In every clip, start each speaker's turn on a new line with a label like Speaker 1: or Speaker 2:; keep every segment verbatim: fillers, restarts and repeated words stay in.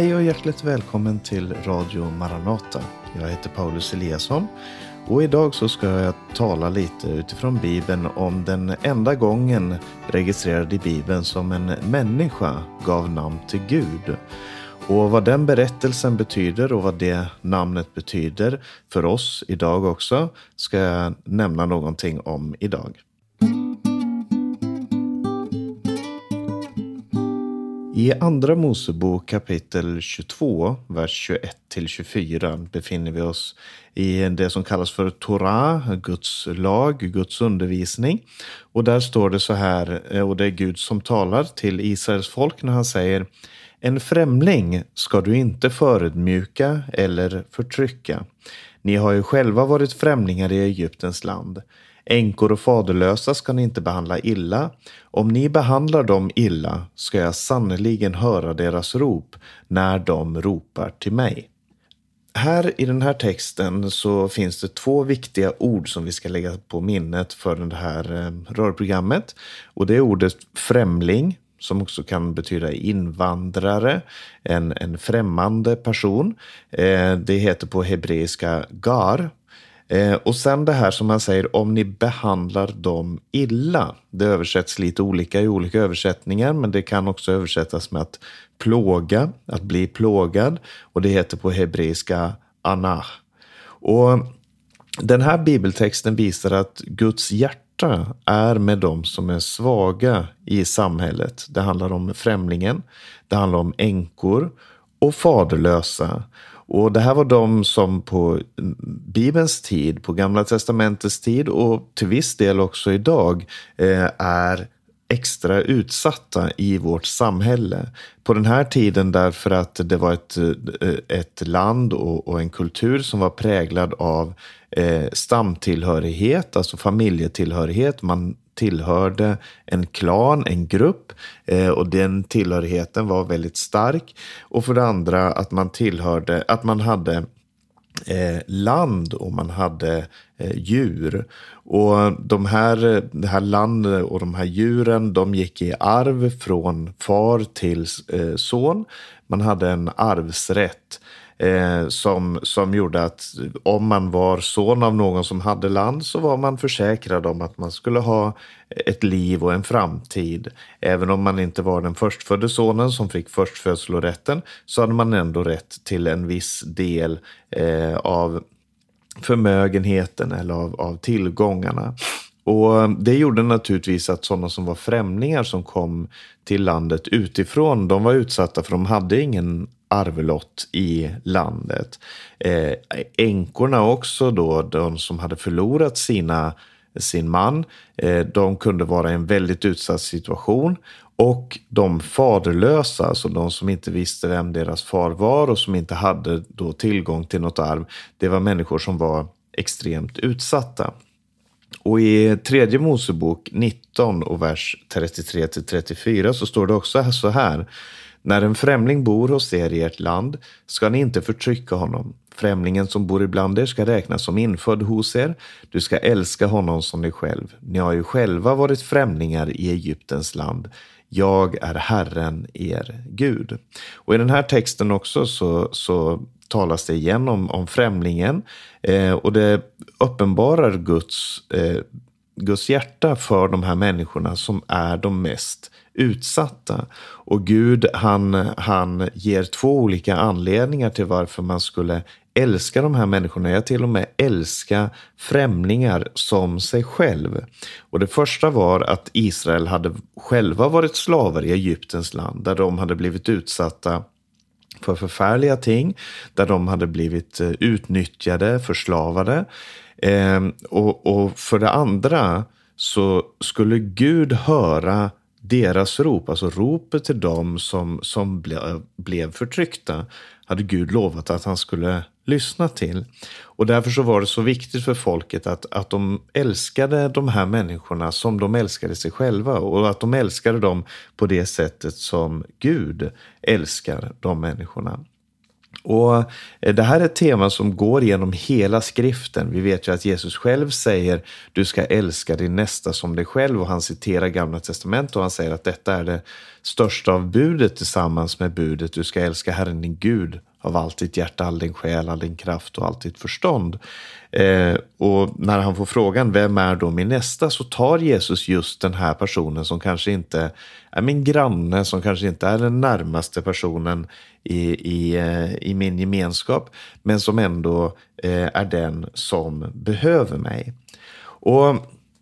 Speaker 1: Hej och hjärtligt välkommen till Radio Maranata. Jag heter Paulus Eliasson och idag så ska jag tala lite utifrån Bibeln om den enda gången registrerad i Bibeln som en människa gav namn till Gud. Och vad den berättelsen betyder och vad det namnet betyder för oss idag också ska jag nämna någonting om idag. I andra Mosebok kapitel tjugotvå, vers tjugoett till tjugofyra befinner vi oss i det som kallas för Torah, Guds lag, Guds undervisning. Och där står det så här, och det är Gud som talar till Israels folk när han säger: En främling ska du inte förödmjuka eller förtrycka. Ni har ju själva varit främlingar i Egyptens land. Änkor och faderlösa ska ni inte behandla illa. Om ni behandlar dem illa ska jag sannoliken höra deras rop när de ropar till mig. Här i den här texten så finns det två viktiga ord som vi ska lägga på minnet för det här rörprogrammet. Och det är ordet främling, som också kan betyda invandrare, en, en främmande person. Eh, det heter på hebreiska gar. Eh, och sen det här som man säger, om ni behandlar dem illa. Det översätts lite olika i olika översättningar, men det kan också översättas med att plåga, att bli plågad. Och det heter på hebreiska anah. Och den här bibeltexten visar att Guds hjärta är med dem som är svaga i samhället. Det handlar om främlingen, det handlar om änkor och faderlösa. Och det här var de som på Bibelns tid, på Gamla testamentets tid och till viss del också idag eh, är extra utsatta i vårt samhälle. På den här tiden därför att det var ett, ett land och, och en kultur som var präglad av eh, stamtillhörighet, alltså familjetillhörighet. Man tillhörde en klan, en grupp, eh, och den tillhörigheten var väldigt stark. Och för det andra att man tillhörde, att man hade eh, land och man hade eh, djur. Och de här, det här landet och de här djuren, de gick i arv från far till eh, son. Man hade en arvsrätt. Eh, som, som gjorde att om man var son av någon som hade land så var man försäkrad om att man skulle ha ett liv och en framtid. Även om man inte var den förstfödde sonen som fick förstfödslorätten så hade man ändå rätt till en viss del eh, av förmögenheten eller av, av tillgångarna. Och det gjorde naturligtvis att sådana som var främlingar som kom till landet utifrån, de var utsatta för de hade ingen arvelott i landet. Eh, änkorna också då, de som hade förlorat sina, sin man, eh, de kunde vara i en väldigt utsatt situation. Och de faderlösa, alltså de som inte visste vem deras far var och som inte hade då tillgång till något arv, det var människor som var extremt utsatta. Och i tredje Mosebok nitton och vers trettiotre till trettiofyra så står det också så här: När en främling bor hos er i ert land ska ni inte förtrycka honom. Främlingen som bor ibland er ska räknas som infödd hos er. Du ska älska honom som dig själv. Ni har ju själva varit främlingar i Egyptens land. Jag är Herren, er Gud. Och i den här texten också så, så talas det igen om, om främlingen. Eh, och det uppenbarar Guds, eh, Guds hjärta för de här människorna som är de mest utsatta. Och Gud han, han ger två olika anledningar till varför man skulle älska de här människorna. Jag till och med älska främlingar som sig själv. Och det första var att Israel hade själva varit slavar i Egyptens land, där de hade blivit utsatta för förfärliga ting, där de hade blivit utnyttjade, förslavade. Eh, och, och för det andra så skulle Gud höra deras rop, alltså ropet till dem som, som ble, blev förtryckta, hade Gud lovat att han skulle lyssna till. Och därför så var det så viktigt för folket att, att de älskade de här människorna som de älskade sig själva, och att de älskade dem på det sättet som Gud älskar de människorna. Och det här är ett tema som går genom hela skriften. Vi vet ju att Jesus själv säger du ska älska din nästa som dig själv, och han citerar Gamla testamentet och han säger att detta är det största av budet tillsammans med budet du ska älska Herren din Gud av allt ditt hjärta, all din själ, all din kraft och allt ditt förstånd. Eh, och när han får frågan vem är då min nästa, så tar Jesus just den här personen som kanske inte är min granne, som kanske inte är den närmaste personen i, i, i min gemenskap, men som ändå eh, är den som behöver mig. Och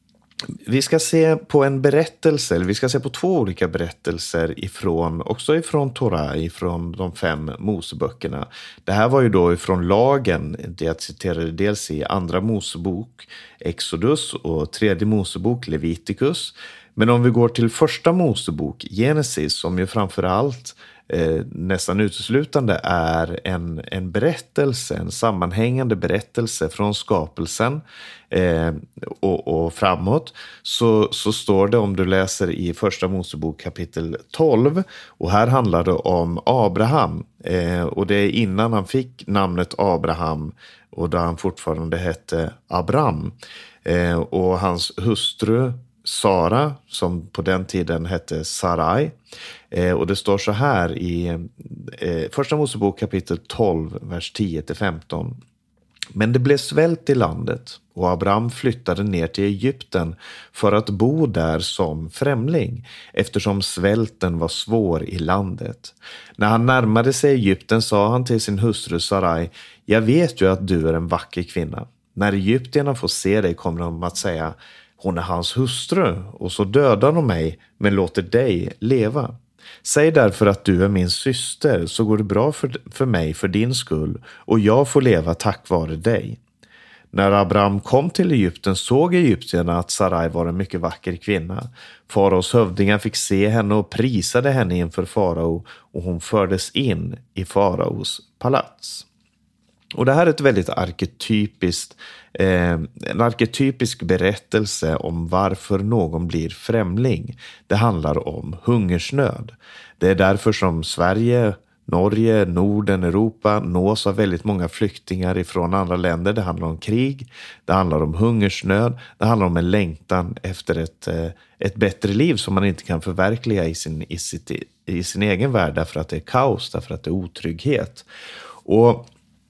Speaker 1: vi ska se på en berättelse, eller vi ska se på två olika berättelser ifrån, också ifrån Torah, ifrån de fem Moseböckerna. Det här var ju då ifrån lagen, det jag citerade dels i andra Mosebok, Exodus, och tredje Mosebok, Leviticus. Men om vi går till första Mosebok, Genesis, som ju framförallt Eh, nästan uteslutande är en, en berättelse, en sammanhängande berättelse från skapelsen eh, och, och framåt, så, så står det, om du läser i första Mosebok kapitel tolv, och här handlar det om Abraham, eh, och det är innan han fick namnet Abraham och då han fortfarande hette Abram, eh, och hans hustru Sara, som på den tiden hette Sarai. Eh, och det står så här i eh, första Mosebok kapitel tolv, vers tio till femton. Men det blev svält i landet, och Abraham flyttade ner till Egypten för att bo där som främling, eftersom svälten var svår i landet. När han närmade sig Egypten sa han till sin hustru Sarai: jag vet ju att du är en vacker kvinna. När egyptierna får se dig kommer de att säga: hon är hans hustru, och så dödar de mig men låter dig leva. Säg därför att du är min syster, så går det bra för, för mig för din skull, och jag får leva tack vare dig. När Abraham kom till Egypten såg egyptierna att Sarai var en mycket vacker kvinna. Faraos hövdingar fick se henne och prisade henne inför farao, och hon fördes in i faraos palats. Och det här är ett väldigt arketypiskt, eh, en arketypisk berättelse om varför någon blir främling. Det handlar om hungersnöd. Det är därför som Sverige, Norge, Norden, Europa nås av väldigt många flyktingar ifrån andra länder. Det handlar om krig, det handlar om hungersnöd, det handlar om en längtan efter ett, ett bättre liv som man inte kan förverkliga i sin, i sitt, i sin egen värld, därför att det är kaos, därför att det är otrygghet. Och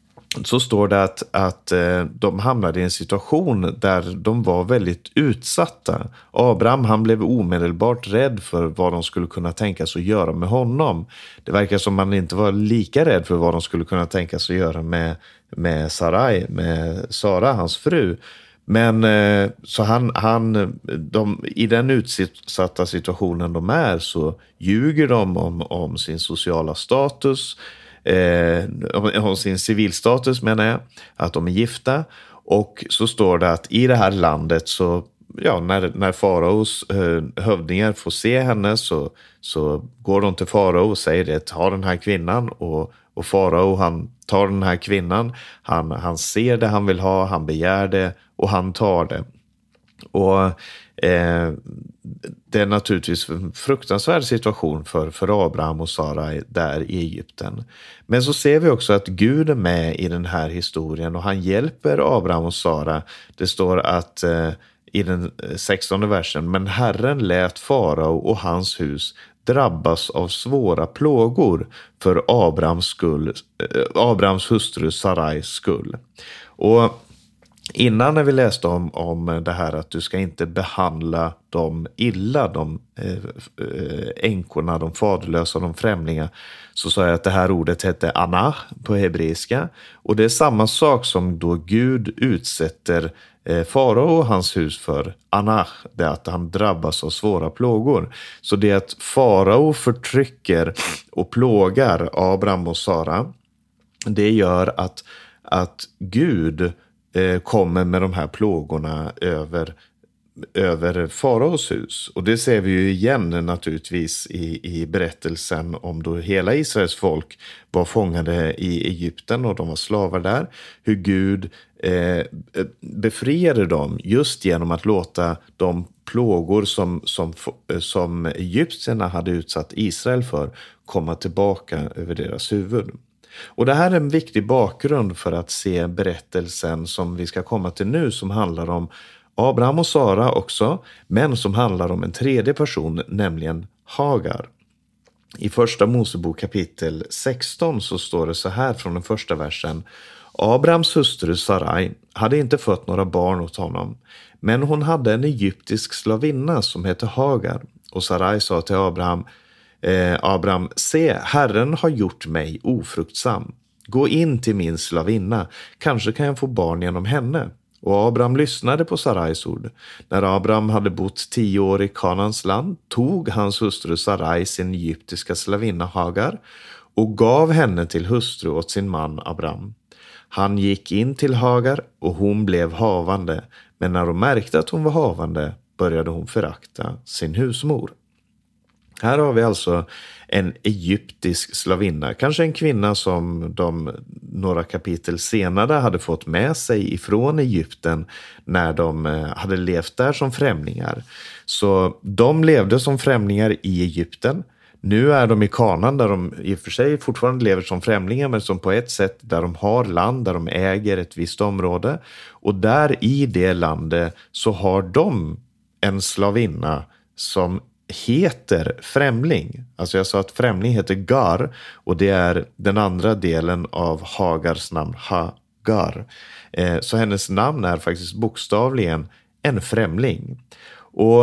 Speaker 1: så står det att, att de hamnade i en situation där de var väldigt utsatta. Abraham, han blev omedelbart rädd för vad de skulle kunna tänkas att göra med honom. Det verkar som man inte var lika rädd för vad de skulle kunna tänkas att göra med, med Sarai, med Sara, hans fru. Men så han, han, de, i den utsatta situationen de är, så ljuger de om, om sin sociala status, Eh, om sin civilstatus menar jag, att de är gifta. Och så står det att i det här landet så, ja, när, när faraos eh, hövdingar får se henne, så, så går de till farao och säger det: ta den här kvinnan. Och, och farao, han tar den här kvinnan, han, han ser det han vill ha, han begär det och han tar det. Och eh, det är naturligtvis en fruktansvärd situation för, för Abraham och Sarai där i Egypten. Men så ser vi också att Gud är med i den här historien, och han hjälper Abraham och Sara. Det står att eh, i den sextonde versen: men Herren lät farao och hans hus drabbas av svåra plågor för Abrahams, skull, eh, Abrahams hustru Sarais skull. Och innan när vi läste om, om det här att du ska inte behandla dem illa, de eh, änkorna, de faderlösa, de främlingar, så sa jag att det här ordet hette anah på hebreiska. Och det är samma sak som då Gud utsätter eh, farao och hans hus för anah, det är att han drabbas av svåra plågor. Så det är att farao förtrycker och plågar Abraham och Sara, det gör att, att Gud kommer med de här plågorna över, över faraos hus. Och det ser vi ju igen naturligtvis i, i berättelsen om då hela Israels folk var fångade i Egypten och de var slavar där. Hur Gud eh, befriade dem just genom att låta de plågor som, som, som egyptierna hade utsatt Israel för komma tillbaka över deras huvud. Och det här är en viktig bakgrund för att se berättelsen som vi ska komma till nu, som handlar om Abraham och Sara också, men som handlar om en tredje person, nämligen Hagar. I första Mosebok kapitel sexton så står det så här från den första versen. Abrahams hustru Sarai hade inte fött några barn åt honom, men hon hade en egyptisk slavinna som hette Hagar. Och Sarai sa till Abraham, eh, Abraham, se, Herren har gjort mig ofruktsam. Gå in till min slavinna, kanske kan jag få barn genom henne. Och Abraham lyssnade på Sarais ord. När Abraham hade bott tio år i Kanans land tog hans hustru Sarai sin egyptiska slavinna Hagar och gav henne till hustru åt sin man Abraham. Han gick in till Hagar och hon blev havande, men när hon märkte att hon var havande började hon förakta sin husmor. Här har vi alltså en egyptisk slavinna, kanske en kvinna som de några kapitel senare hade fått med sig ifrån Egypten när de hade levt där som främlingar. Så de levde som främlingar i Egypten. Nu är de i Kanaan där de i och för sig fortfarande lever som främlingar, men som på ett sätt där de har land, där de äger ett visst område. Och där i det landet så har de en slavinna som heter främling. Alltså jag sa att främling heter Gar, och det är den andra delen av Hagars namn, Hagar. Eh, så hennes namn är faktiskt bokstavligen en främling. Och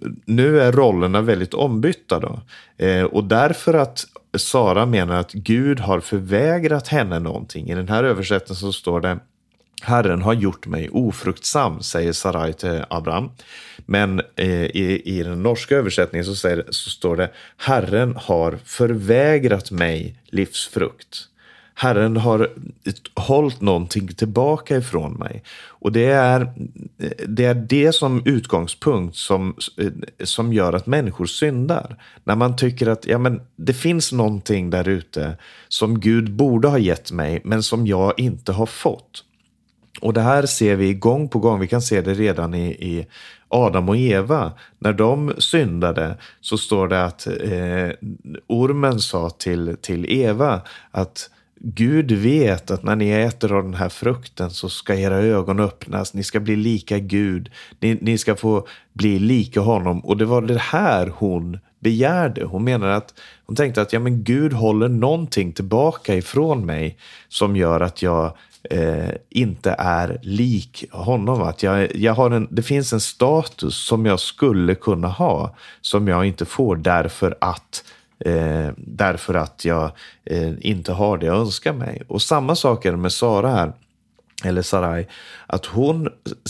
Speaker 1: nu är rollerna väldigt ombytta då. Eh, och därför att Sara menar att Gud har förvägrat henne någonting. I den här översättningen så står det: Herren har gjort mig ofruktsam, säger Sarai till Abraham. Men eh, i, i den norska översättningen så, säger, så står det: Herren har förvägrat mig livsfrukt. Herren har hållit någonting tillbaka ifrån mig. Och det är det, är det som utgångspunkt som, som gör att människor syndar. När man tycker att ja, men det finns någonting där ute som Gud borde ha gett mig, men som jag inte har fått. Och det här ser vi gång på gång. Vi kan se det redan i, i Adam och Eva. När de syndade så står det att eh, ormen sa till, till Eva att Gud vet att när ni äter av den här frukten så ska era ögon öppnas. Ni ska bli lika Gud. Ni, ni ska få bli lika honom. Och det var det här hon begärde. Hon menade att hon tänkte att ja, men Gud håller någonting tillbaka ifrån mig som gör att jag eh, inte är lik honom. Att jag, jag har en, det finns en status som jag skulle kunna ha som jag inte får därför att Eh, därför att jag eh, inte har det jag önskar mig. Och samma sak är det med Sara här, eller Sarai, att hon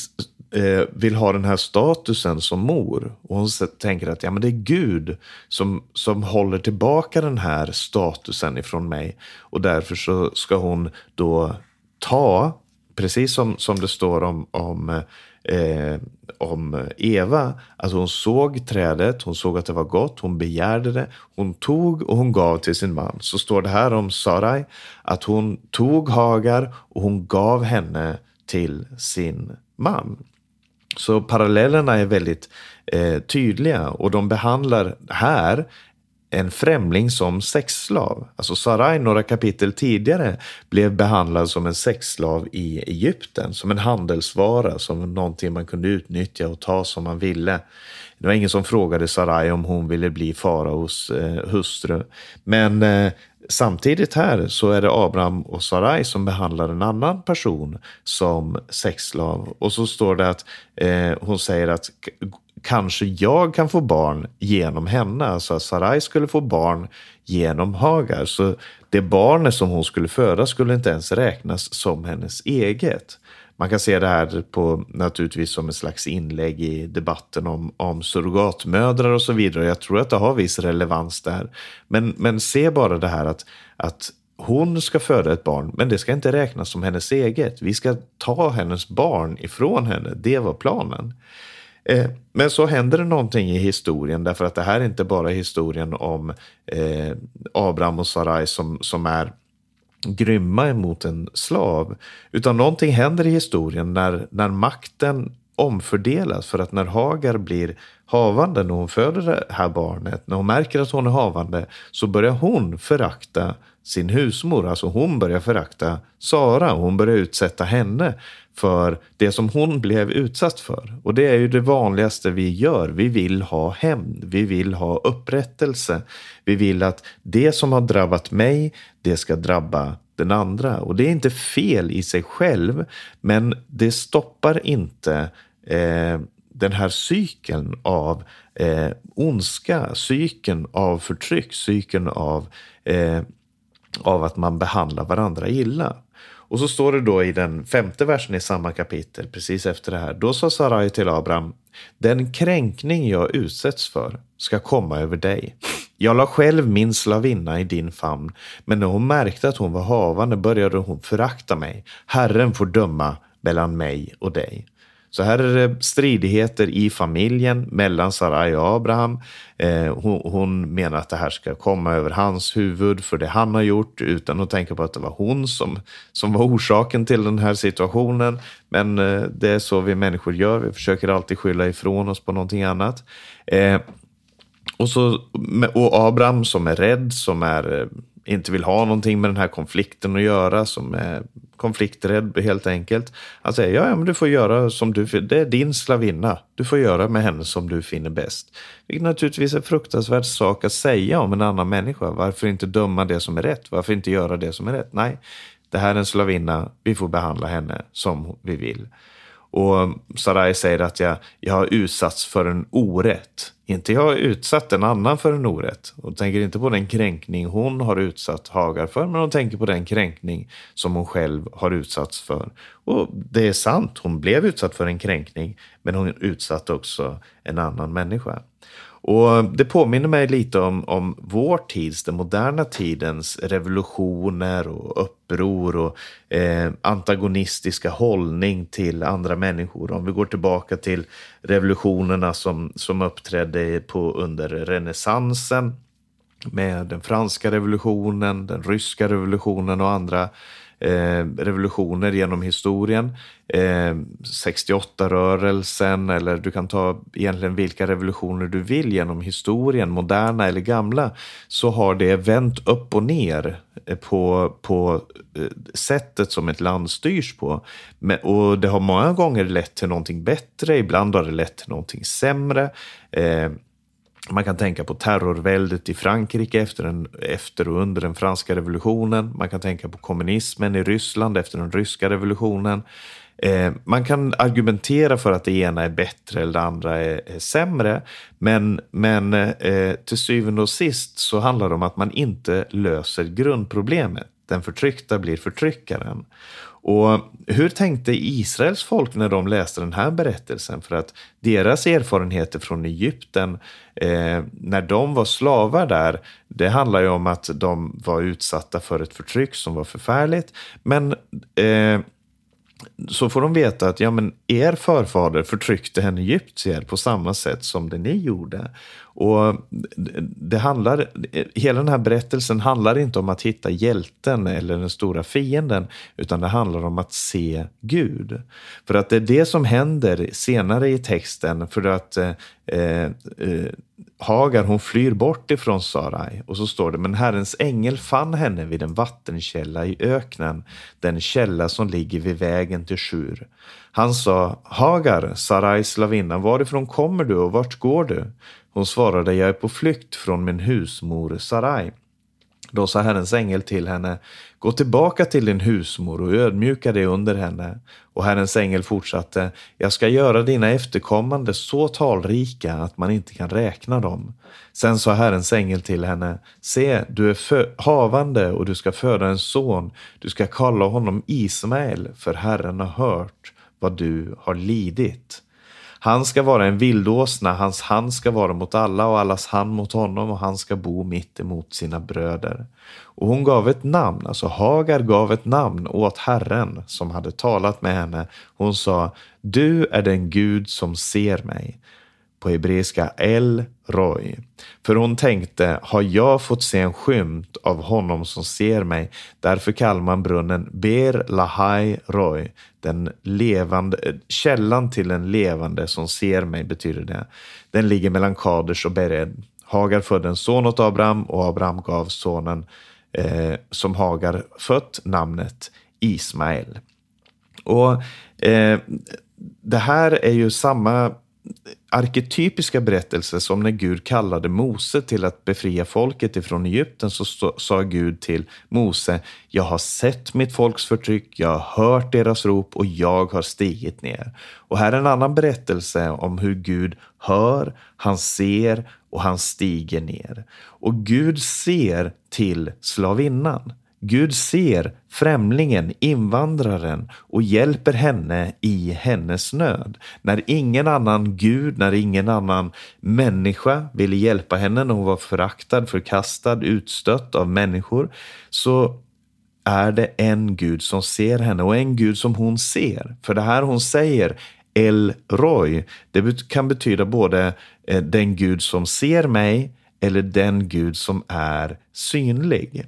Speaker 1: eh, vill ha den här statusen som mor. Och hon tänker att ja, men det är Gud som, som håller tillbaka den här statusen ifrån mig. Och därför så ska hon då ta, precis som, som det står om, om Eh, om Eva, att hon såg trädet, hon såg att det var gott, hon begärde det, hon tog och hon gav till sin man. Så står det här om Sarai att hon tog Hagar och hon gav henne till sin man. Så parallellerna är väldigt eh, tydliga, och de behandlar här en främling som sexslav. Alltså Sarai några kapitel tidigare blev behandlad som en sexslav i Egypten. Som en handelsvara, som någonting man kunde utnyttja och ta som man ville. Det var ingen som frågade Sarai om hon ville bli faraos eh, hustru. Men eh, samtidigt här så är det Abraham och Sarai som behandlar en annan person som sexslav. Och så står det att eh, hon säger att kanske jag kan få barn genom henne. Alltså Sarai skulle få barn genom Hagar. Så det barnet som hon skulle föda skulle inte ens räknas som hennes eget. Man kan se det här på, naturligtvis som en slags inlägg i debatten om, om surrogatmödrar och så vidare. Jag tror att det har viss relevans där. Men, men se bara det här att, att hon ska föda ett barn, men det ska inte räknas som hennes eget. Vi ska ta hennes barn ifrån henne. Det var planen. Men så händer det någonting i historien, därför att det här är inte bara historien om eh, Abraham och Sarai som, som är grymma emot en slav, utan någonting händer i historien när, när makten omfördelas, för att när Hagar blir havande när hon föder det här barnet. När hon märker att hon är havande så börjar hon förakta sin husmor. Alltså hon börjar förakta Sara och hon börjar utsätta henne för det som hon blev utsatt för. Och det är ju det vanligaste vi gör. Vi vill ha hämnd. Vi vill ha upprättelse. Vi vill att det som har drabbat mig, det ska drabba den andra. Och det är inte fel i sig själv, men det stoppar inte eh, den här cykeln av eh, ondska, cykeln av förtryck, cykeln av, eh, av att man behandlar varandra illa. Och så står det då i den femte versen i samma kapitel, precis efter det här. Då sa Sarai till Abraham: den kränkning jag utsätts för ska komma över dig. Jag la själv min slavinna i din famn, men när hon märkte att hon var havande började hon förakta mig. Herren får döma mellan mig och dig. Så här är det stridigheter i familjen mellan Sarai och Abraham. Eh, hon, hon menar att det här ska komma över hans huvud för det han har gjort, utan att tänka på att det var hon som, som var orsaken till den här situationen. Men eh, det är så vi människor gör. Vi försöker alltid skylla ifrån oss på någonting annat. Eh, och, så, och Abraham som är rädd, som är, inte vill ha någonting med den här konflikten att göra, som är konflikträdd helt enkelt. Han säger, ja, ja men du får göra som du, det är din slavinna. Du får göra med henne som du finner bäst. Vilket naturligtvis är en fruktansvärd sak att säga om en annan människa. Varför inte döma det som är rätt? Varför inte göra det som är rätt? Nej, det här är en slavinna. Vi får behandla henne som vi vill. Och Sarai säger att jag, jag har utsatts för en orätt. Inte jag har utsatt en annan för en orätt. Och tänker inte på den kränkning hon har utsatt Hagar för. Men hon tänker på den kränkning som hon själv har utsatts för. Och det är sant, hon blev utsatt för en kränkning. Men hon utsatte också en annan människa. Och det påminner mig lite om, om vår tids, den moderna tidens revolutioner och uppror och eh, antagonistiska hållning till andra människor. Om vi går tillbaka till revolutionerna som, som uppträdde på, under renässansen med den franska revolutionen, den ryska revolutionen och andra Eh, revolutioner genom historien, eh, sextioåtta-rörelsen, eller du kan ta egentligen vilka revolutioner du vill genom historien, moderna eller gamla, så har det vänt upp och ner på, på eh, sättet som ett land styrs på. Men, och det har många gånger lett till någonting bättre, ibland har det lett till någonting sämre. Eh, Man kan tänka på terrorväldet i Frankrike efter, en, efter och under den franska revolutionen. Man kan tänka på kommunismen i Ryssland efter den ryska revolutionen. Eh, man kan argumentera för att det ena är bättre eller det andra är, är sämre. Men, men eh, till syvende och sist så handlar det om att man inte löser grundproblemet. Den förtryckta blir förtryckaren. Och hur tänkte Israels folk när de läste den här berättelsen? För att deras erfarenheter från Egypten, eh, när de var slavar där, det handlar ju om att de var utsatta för ett förtryck som var förfärligt. Men eh, så får de veta att ja, men er förfader förtryckte en egyptier på samma sätt som det ni gjorde. Och det handlar, hela den här berättelsen handlar inte om att hitta hjälten eller den stora fienden, utan det handlar om att se Gud. För att det är det som händer senare i texten, för att eh, eh, Hagar, hon flyr bort ifrån Sarai, och så står det: men Herrens ängel fann henne vid en vattenkälla i öknen, den källa som ligger vid vägen till Shur. Han sa: Hagar, Sarais slavinna, varifrån kommer du och vart går du? Hon svarade: jag är på flykt från min husmor Sarai. Då sa Herrens ängel till henne: gå tillbaka till din husmor och ödmjuka dig under henne. Och Herrens ängel fortsatte: jag ska göra dina efterkommande så talrika att man inte kan räkna dem. Sen sa Herrens ängel till henne: se, du är fö- havande och du ska föda en son. Du ska kalla honom Ismael, för Herren har hört vad du har lidit. Han ska vara en vildåsna, hans hand ska vara mot alla och allas hand mot honom, och han ska bo mitt emot sina bröder. Och hon gav ett namn, alltså Hagar gav ett namn åt Herren som hade talat med henne. Hon sa: du är den Gud som ser mig. på hebreiska El Roi. För hon tänkte, har jag fått se en skymt av honom som ser mig? Därför kallar man brunnen Ber Lahai Roi. Den levande, källan till en levande som ser mig betyder det. Den ligger mellan Kadesh och Bered. Hagar födde en son åt Abraham och Abraham gav sonen eh, som Hagar fött namnet Ismael. Och eh, det här är ju samma arketypiska berättelse som när Gud kallade Mose till att befria folket ifrån Egypten, så stå, sa Gud till Mose, jag har sett mitt folks förtryck, jag har hört deras rop och jag har stigit ner. Och här är en annan berättelse om hur Gud hör, han ser och han stiger ner. Och Gud ser till slavinnan. Gud ser främlingen, invandraren och hjälper henne i hennes nöd. När ingen annan Gud, när ingen annan människa ville hjälpa henne när hon var föraktad, förkastad, utstött av människor, så är det en Gud som ser henne och en Gud som hon ser. För det här hon säger, El Roi, det kan betyda både den Gud som ser mig eller den Gud som är synlig.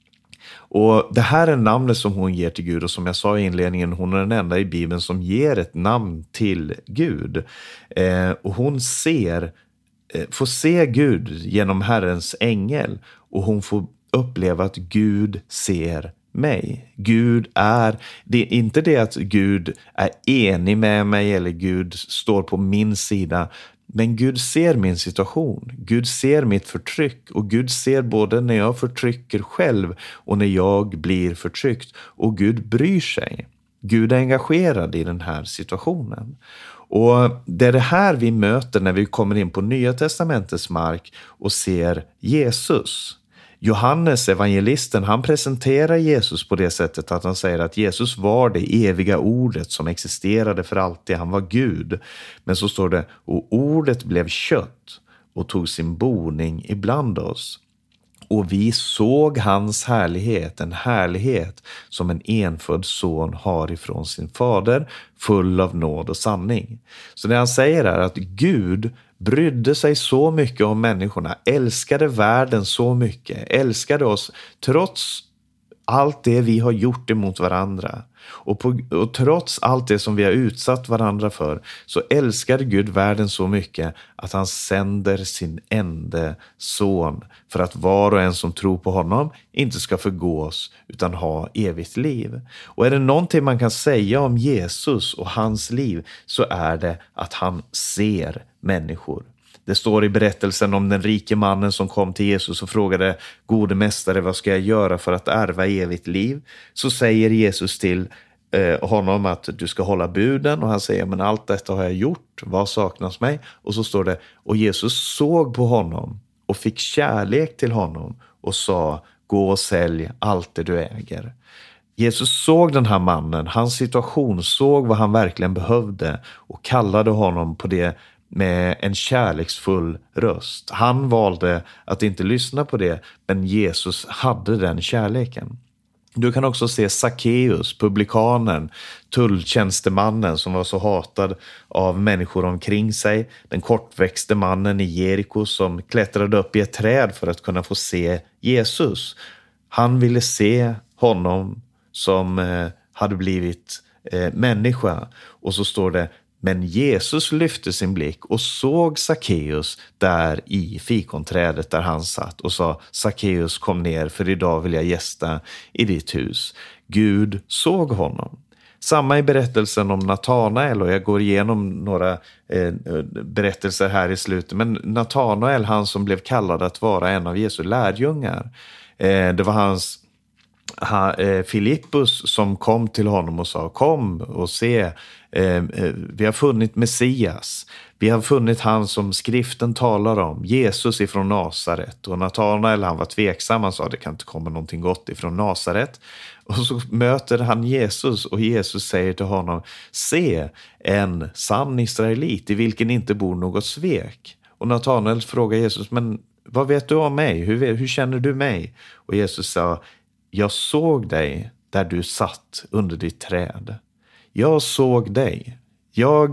Speaker 1: Och det här är namnet som hon ger till Gud, och som jag sa i inledningen, hon är den enda i Bibeln som ger ett namn till Gud. Eh, och hon ser, eh, får se Gud genom Herrens ängel, och hon får uppleva att Gud ser mig. Gud är, det är inte det att Gud är enig med mig eller Gud står på min sida, men Gud ser min situation. Gud ser mitt förtryck, och Gud ser både när jag förtrycker själv och när jag blir förtryckt. Och Gud bryr sig. Gud är engagerad i den här situationen. Och det är det här vi möter när vi kommer in på Nya testamentets mark och ser Jesus. Johannes, evangelisten, han presenterar Jesus på det sättet att han säger att Jesus var det eviga ordet som existerade för alltid. Han var Gud. Men så står det, och ordet blev kött och tog sin boning ibland oss. Och vi såg hans härlighet, en härlighet som en enfödd son har ifrån sin fader, full av nåd och sanning. Så det han säger är att Gud brydde sig så mycket om människorna, älskade världen så mycket, älskade oss trots allt det vi har gjort emot varandra. Och, på, och trots allt det som vi har utsatt varandra för, så älskade Gud världen så mycket att han sänder sin enda son för att var och en som tror på honom inte ska förgås utan ha evigt liv. Och är det någonting man kan säga om Jesus och hans liv, så är det att han ser människor. Det står i berättelsen om den rike mannen som kom till Jesus och frågade, gode mästare, vad ska jag göra för att ärva evigt liv? Så säger Jesus till eh, honom att du ska hålla buden, och han säger, men allt detta har jag gjort, vad saknas mig? Och så står det, och Jesus såg på honom och fick kärlek till honom och sa, gå och sälj allt det du äger. Jesus såg den här mannen, hans situation, såg vad han verkligen behövde och kallade honom på det med en kärleksfull röst. Han valde att inte lyssna på det, men Jesus hade den kärleken. Du kan också se Sackeus, publikanen, tulltjänstemannen som var så hatad av människor omkring sig. Den kortväxte mannen i Jeriko som klättrade upp i ett träd för att kunna få se Jesus. Han ville se honom som eh, hade blivit eh, människa. Och så står det, men Jesus lyfte sin blick och såg Sackeus där i fikonträdet där han satt och sa, Sackeus, kom ner, för idag vill jag gästa i ditt hus. Gud såg honom. Samma i berättelsen om Natanael, och jag går igenom några eh, berättelser här i slutet. Men Natanael, han som blev kallad att vara en av Jesu lärjungar, eh, det var hans Ha, eh, Filippus som kom till honom och sa, kom och se, eh, eh, vi har funnit Messias, vi har funnit han som skriften talar om, Jesus ifrån Nasaret. Och Natanael, han var tveksam, han sa, det kan inte komma någonting gott ifrån Nasaret. Och så möter han Jesus, och Jesus säger till honom, se, en sann israelit i vilken inte bor något svek. Och Natanael frågar Jesus, men vad vet du om mig? Hur, hur känner du mig? Och Jesus sa, jag såg dig där du satt under ditt träd. Jag såg dig. Jag,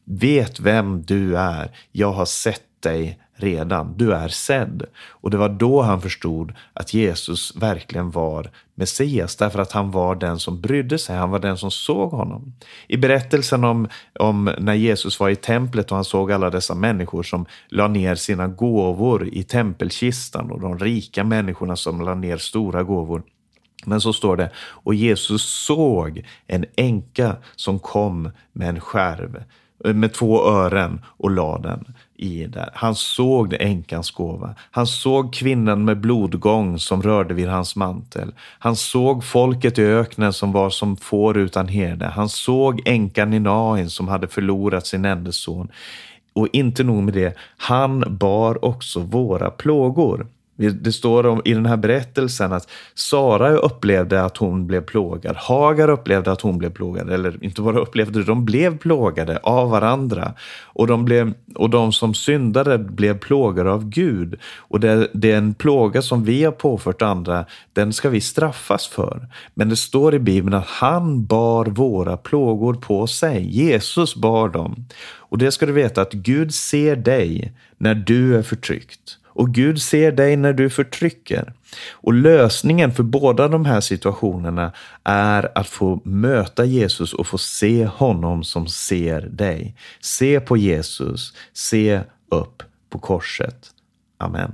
Speaker 1: vet vem du är. Jag har sett dig redan. Du är sedd. Och det var då han förstod att Jesus verkligen var Messias. Därför att han var den som brydde sig. Han var den som såg honom. I berättelsen om, om när Jesus var i templet och han såg alla dessa människor som la ner sina gåvor i tempelkistan. Och de rika människorna som la ner stora gåvor. Men så står det, och Jesus såg en änka som kom med en skärv, med två ören och la den i där. Han såg änkans gåva. Han såg kvinnan med blodgång som rörde vid hans mantel. Han såg folket i öknen som var som får utan herde. Han såg änkan i Nain som hade förlorat sin enda son. Och inte nog med det, han bar också våra plågor. Det står om, i den här berättelsen att Sara upplevde att hon blev plågad. Hagar upplevde att hon blev plågad. Eller inte bara upplevde, de blev plågade av varandra. Och de, blev, och de som syndade blev plågade av Gud. Och det, det är en plåga som vi har påfört andra, den ska vi straffas för. Men det står i Bibeln att han bar våra plågor på sig. Jesus bar dem. Och det ska du veta att Gud ser dig när du är förtryckt. Och Gud ser dig när du förtrycker. Och lösningen för båda de här situationerna är att få möta Jesus och få se honom som ser dig. Se på Jesus, se upp på korset. Amen.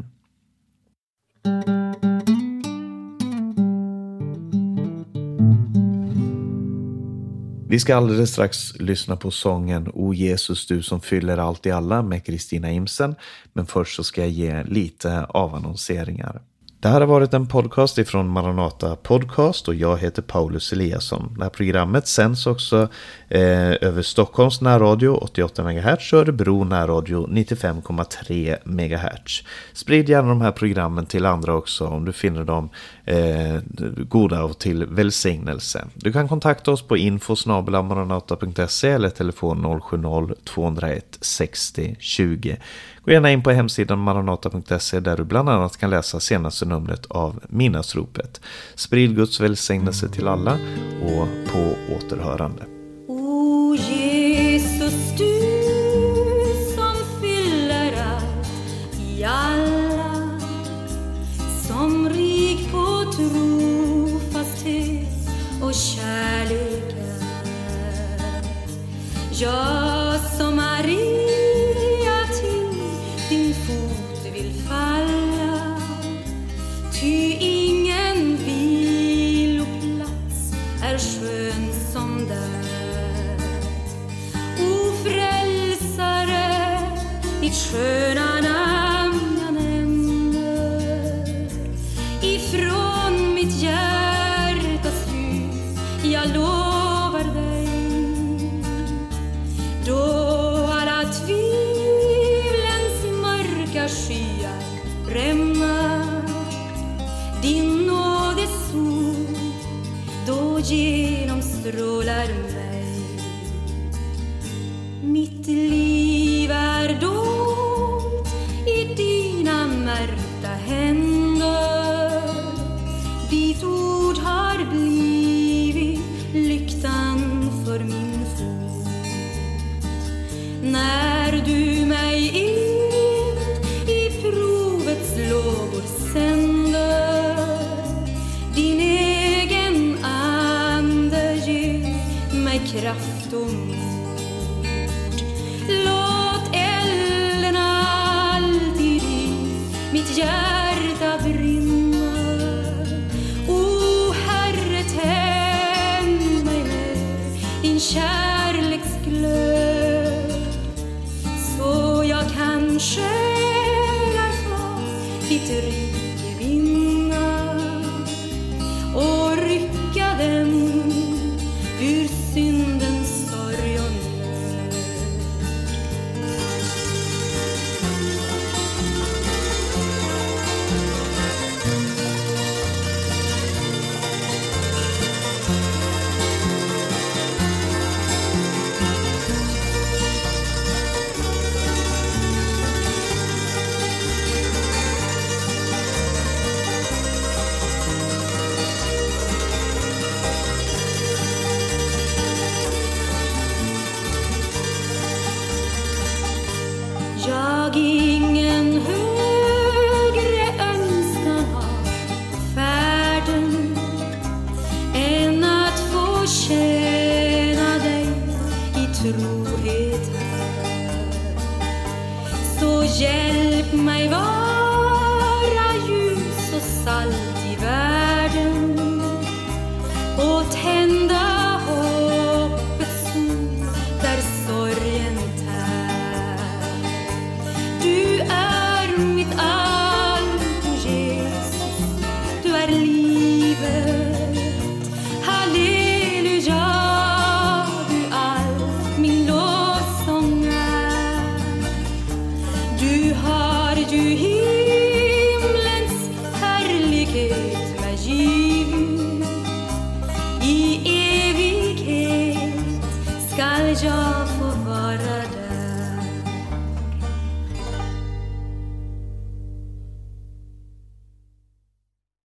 Speaker 1: Vi ska alldeles strax lyssna på sången O Jesus du som fyller allt i alla med Kristina Imsen. Men först så ska jag ge lite avannonseringar. Det här har varit en podcast ifrån Maranata Podcast och jag heter Paulus Eliasson. Det här programmet sänds också eh, över Stockholms närradio åttioåtta megahertz och Örebro närradio nittiofem komma tre megahertz. Sprid gärna de här programmen till andra också om du finner dem eh, goda och till välsignelse. Du kan kontakta oss på info snabel-a maranata punkt se eller telefon noll sju noll två noll ett sextio tjugo. Gå gärna in på hemsidan maranata punkt se där du bland annat kan läsa senaste numret av Midnattsropet. Sprid Guds välsignelse till alla och på återhörande.
Speaker 2: O Jesus, du som fyller allt i alla, som rik på trofasthet och kärlek är. Jag som Maria till din fot vill falla, ty ingen viloplats är skön som där. O frälsare, ditt sköna namn jag nämner, ifrån mitt hjärtas djup jag lovar dig. Då alla tvivlens mörka skyar rämnar, din nådes sol då genomstrålar mig. Mitt liv är dolt i dina märkta händer, ditt ord har blivit lyktan för min fot. När du mig in i provets lågor sänder, din egen ande ger mig kraft och mod. Låt elden alltid i mitt hjärta brinna. O Herre, tänd mig med din kärleksglöd, så jag kan själv erfara ditt rike vinna och rycka dem ur syndens sorg och jag ingen högre önskan har på färden än att få tjäna dig i trohet här. Så hjälp mig vara ljus och salt i världen och tända hoppets sol där sorgen tär. Du är mitt allt, Jesus, du är livet. Halleluja, du allt min lovsång är. Du har ju himlens härlighet mig givit. I evighet skall jag få vara där.